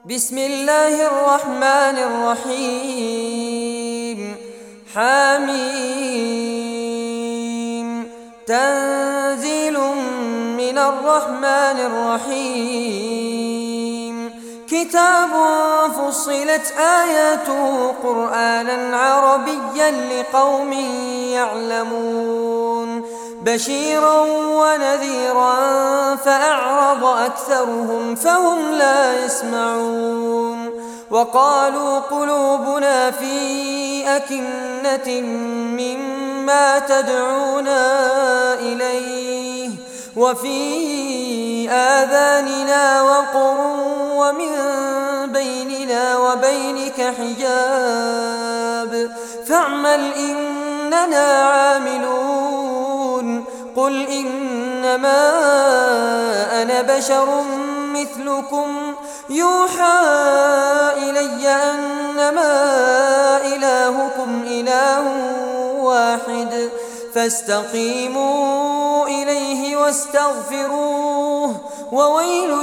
بسم الله الرحمن الرحيم. حميم. تنزيل من الرحمن الرحيم. كتاب فصلت آياته قرآنا عربيا لقوم يعلمون بشيرا ونذيرا فأعرض أكثرهم فهم لا يسمعون وقالوا قلوبنا في أكنة مما تدعونا إليه وفي آذاننا وقر ومن بيننا وبينك حجاب فاعمل إننا عاملون قل إنما أنا بشر مثلكم يوحى إلي أنما إلهكم إله واحد فاستقيموا إليه واستغفروه وويل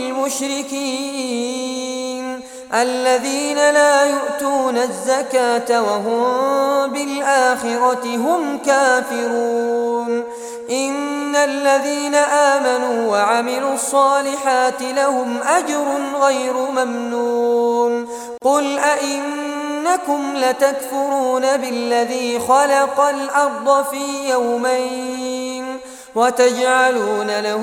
للمشركين الذين لا يؤتون الزكاة وهم بالآخرة هم كافرون إن الذين آمنوا وعملوا الصالحات لهم أجر غير ممنون قل أئنكم لتكفرون بالذي خلق الأرض في يومين وتجعلون له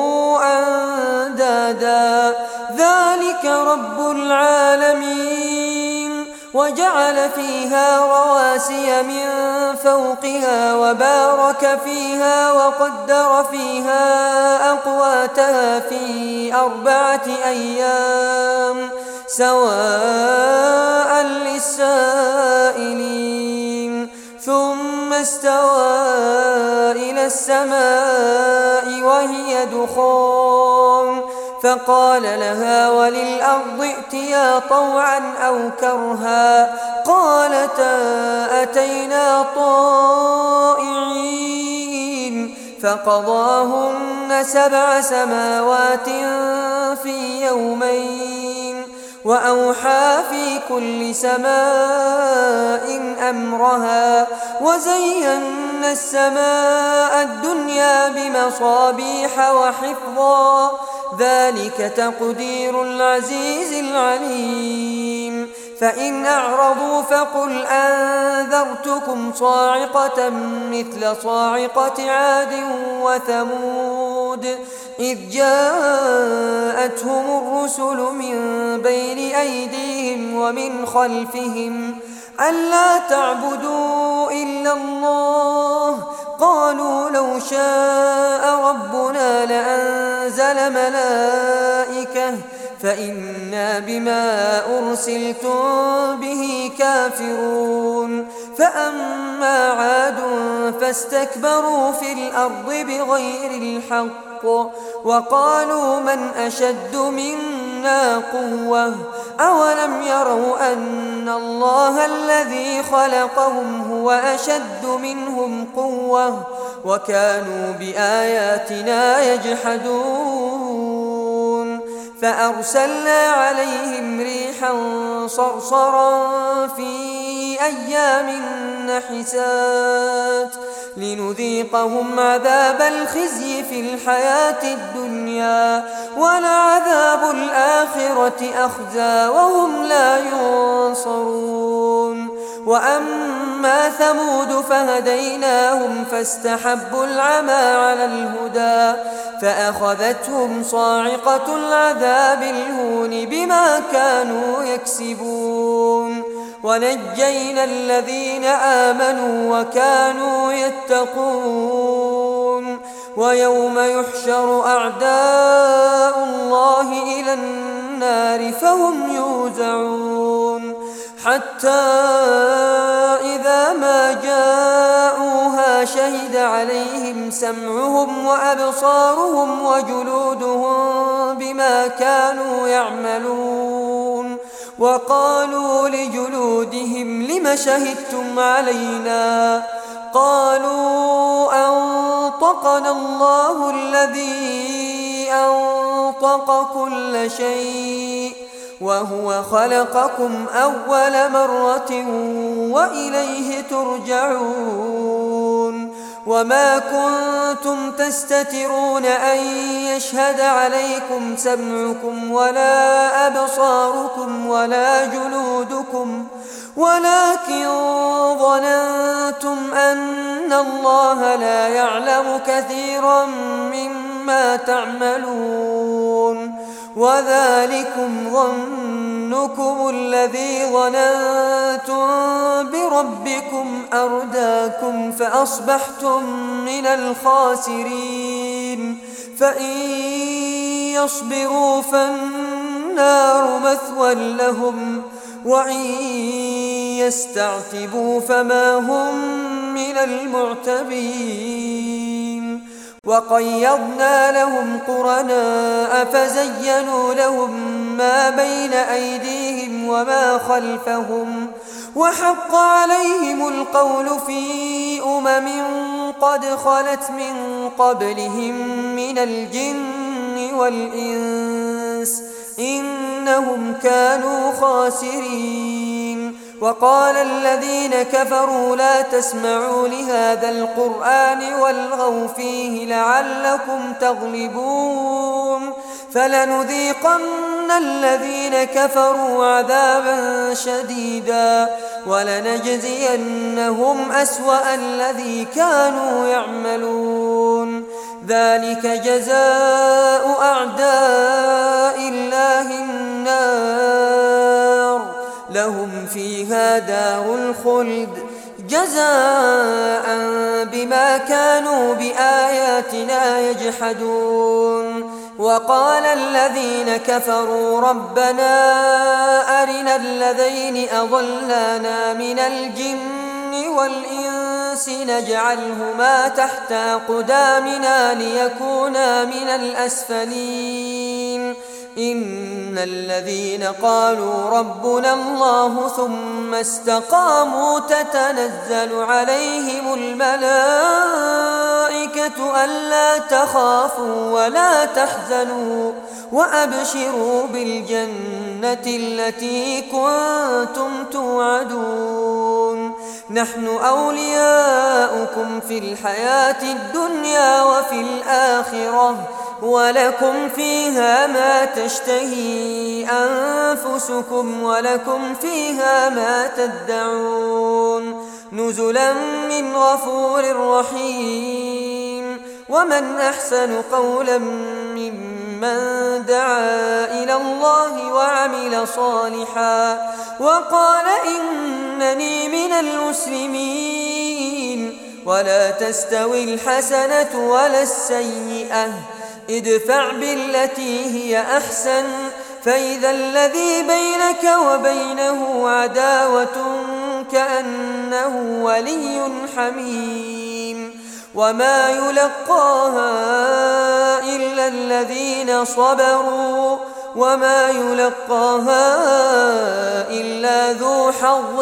أندادا ذلك رب العالمين وجعل فيها رواسي من فوقها وبارك فيها وقدر فيها أقواتها في 4 أيام سواء للسائلين ثم استوى إلى السماء وهي دخان فقال لها وللأرض ائتيا طوعا أو كرها قالتا أتينا طائعين فقضاهن 7 سماوات في يومين وأوحى في كل سماء أمرها وزينا السماء الدنيا بمصابيح وحفظا ذلك تقدير العزيز العليم فإن أعرضوا فقل أنذرتكم صاعقة مثل صاعقة عاد وثمود إذ جاءتهم الرسل من بين أيديهم ومن خلفهم ألا تعبدوا إلا الله قالوا لو شاء ربنا لأنزل ملائكة فإنا بما أرسلتم به كافرون فأما عاد فاستكبروا في الأرض بغير الحق وقالوا من أشد منا قوة أولم يروا أن الله الذي خلقهم هو أشد منهم قوة وكانوا بآياتنا يجحدون فأرسلنا عليهم ريحا صرصرا في أيام نحسات لنذيقهم عذاب الخزي في الحياة الدنيا ولعذاب الآخرة أخزى وهم لا ينصرون وأما ثمود فهديناهم فاستحبوا العمى على الهدى فأخذتهم صاعقة العذاب الهون بما كانوا يكسبون ونجينا الذين آمنوا وكانوا يتقون ويوم يحشر أعداء الله إلى النار فهم يوزعون حتى إذا ما جاءوها شهد عليهم سمعهم وأبصارهم وجلودهم بما كانوا يعملون وقالوا لجلودهم لم شهدتم علينا قالوا أنطقنا الله الذي أنطق كل شيء وهو خلقكم أول مرة وإليه ترجعون وما كنتم تستترون أن يشهد عليكم سمعكم ولا أبصاركم ولا جلودكم ولكن ظننتم أن الله لا يعلم كثيرا مما تعملون وذلكم ظنكم الذي ظننتم بربكم أرداكم فأصبحتم من الخاسرين فإن يصبروا فالنار مثوى لهم وإن يستعتبوا فما هم من المعتبين وقيضنا لهم قرناء فزينوا لهم ما بين أيديهم وما خلفهم وحق عليهم القول في قد خلت من قبلهم من الجن والإنس إنهم كانوا خاسرين وقال الذين كفروا لا تسمعوا لهذا القرآن والغوا فيه لعلكم تغلبون فلنذيقن الذين كفروا عذابا شديدا ولنجزينهم أسوأ الذي كانوا يعملون ذلك جزاء أعداء الله النار لهم فيها دار الخلد جزاء بما كانوا بآياتنا يجحدون وقال الذين كفروا ربنا أرنا الذين أضلانا من الجن والإنس نجعلهما تحت أقدامنا ليكونا من الأسفلين إن الذين قالوا ربنا الله ثم استقاموا تتنزل عليهم الملائكة ألا تخافوا ولا تحزنوا وأبشروا بالجنة التي كنتم توعدون نحن أولياؤكم في الحياة الدنيا وفي الآخرة ولكم فيها ما تشتهي أنفسكم ولكم فيها ما تدعون نزلا من غفور رحيم ومن أحسن قولا ممن دعا إلى الله وعمل صالحا وقال إنني من المسلمين ولا تستوي الحسنة ولا السيئة ادفع بالتي هي أحسن فإذا الذي بينك وبينه عداوة كأنه ولي حميم وما يلقاها إلا الذين صبروا وما يلقاها إلا ذو حظ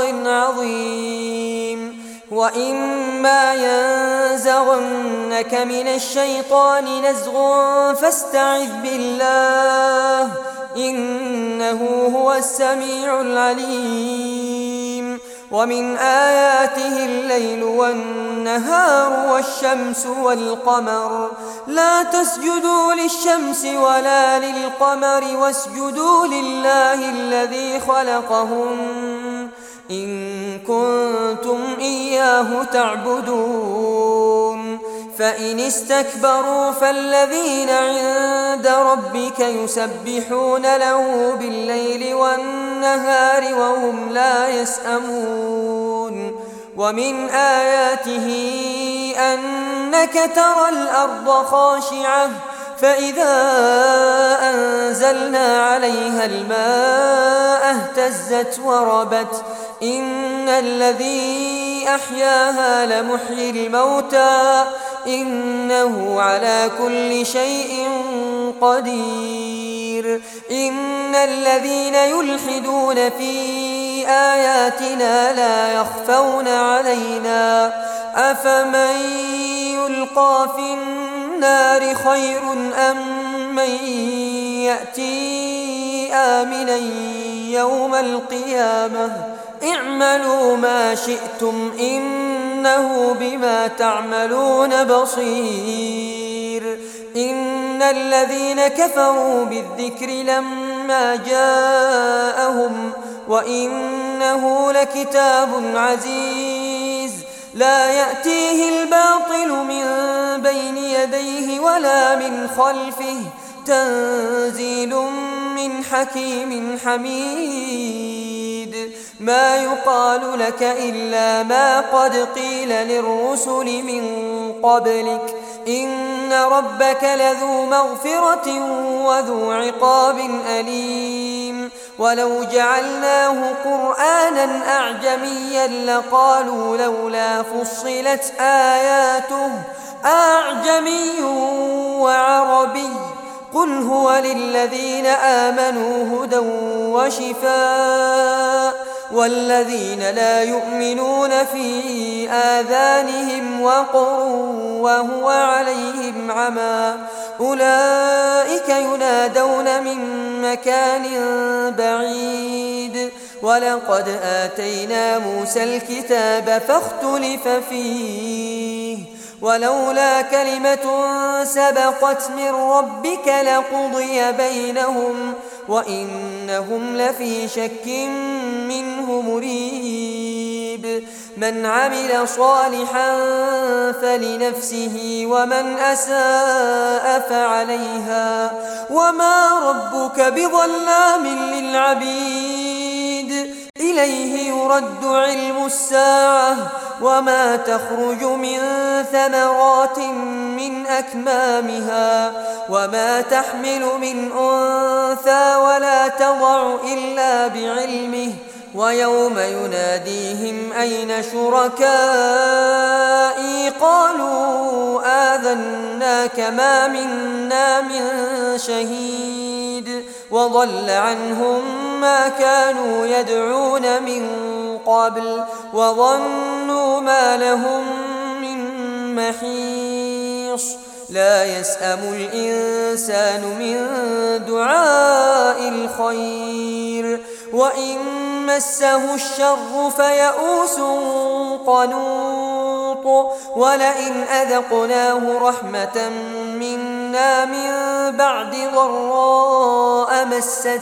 عظيم وإما ينزغنك من الشيطان نزغ فاستعذ بالله إنه هو السميع العليم ومن آياته الليل والنهار والشمس والقمر لا تسجدوا للشمس ولا للقمر واسجدوا لله الذي خلقهم إن كنتم إياه تعبدون فإن استكبروا فالذين عند ربك يسبحون له بالليل والنهار وهم لا يسأمون ومن آياته أنك ترى الأرض خاشعة فإذا أنزلنا عليها الماء اهتزت وربت إن الذي أحياها لمحيي الموتى إنه على كل شيء قدير إن الذين يلحدون في آياتنا لا يخفون علينا أفمن يلقى في النار خير أم من يأتي آمنا يوم القيامة اعملوا ما شئتم إنه بما تعملون بصير. إن الذين كفروا بالذكر لما جاءهم وإنه لكتاب عزيز لا يأتيه الباطل من بين يديه ولا من خلفه تنزيل من حكيم حميد. ما يقال لك إلا ما قد قيل للرسل من قبلك إن ربك لذو مغفرة وذو عقاب أليم. ولو جعلناه قرآنا أعجميا لقالوا لولا فصلت آياته أعجمي وعربي قل هو للذين آمنوا هدى وشفاء والذين لا يؤمنون في آذانهم وقر وهو عليهم عمى أولئك ينادون من مكان بعيد. ولقد آتينا موسى الكتاب فاختلف فيه ولولا كلمة سبقت من ربك لقضي بينهم وإنهم لفي شك منه مريب. من عمل صالحا فلنفسه ومن أساء فعليها وما ربك بظلام للعبيد. إليه يرد علم الساعة وما تخرج من ثمرات من أكمامها وما تحمل من أنثى ولا تضع إلا بعلمه ويوم يناديهم أين شركائي قالوا آذناك ما منا من شهيد وضل عنهم ما كانوا يدعون من قبل وظنوا ما لهم من محيص. لا يسأم الإنسان من دعاء الخير وإن مسه الشر فيئوس قنوط. ولئن أذقناه رحمة منا من بعد ضراء مسته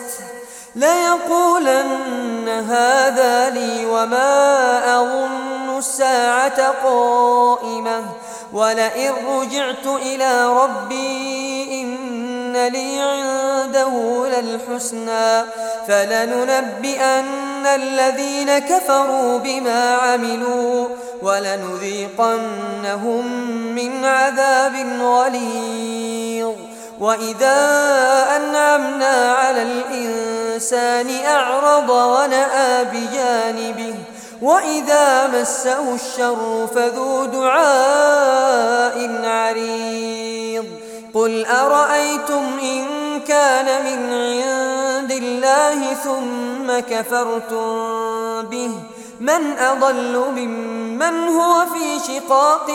ليقولن هذا لي وما أظن الساعة قائمة ولئن رجعت إلى ربي إن لي عنده للحسنى فلننبئن الذين كفروا بما عملوا ولنذيقنهم من عذاب غليظ. وإذا أنعمنا على الإنسان أعرض ونأى بجانبه وإذا مسه الشر فذو دعاء عريض. قل أرأيتم إن كان من عند الله ثم كفرتم به من أضل ممن هو في شقاق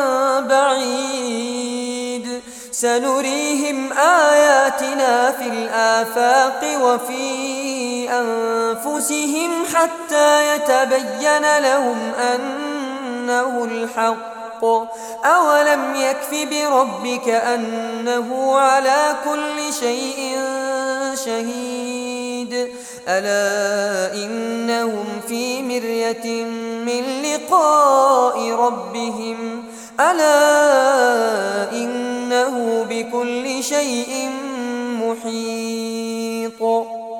بعيد. سنريهم آياتنا في الآفاق وفي أنفسهم حتى يتبين لهم أنه الحق. أولم يكف بربك أنه على كل شيء شهيد. ألا إنهم في مرية من لقاء ربهم ألا إنه بكل شيء محيط.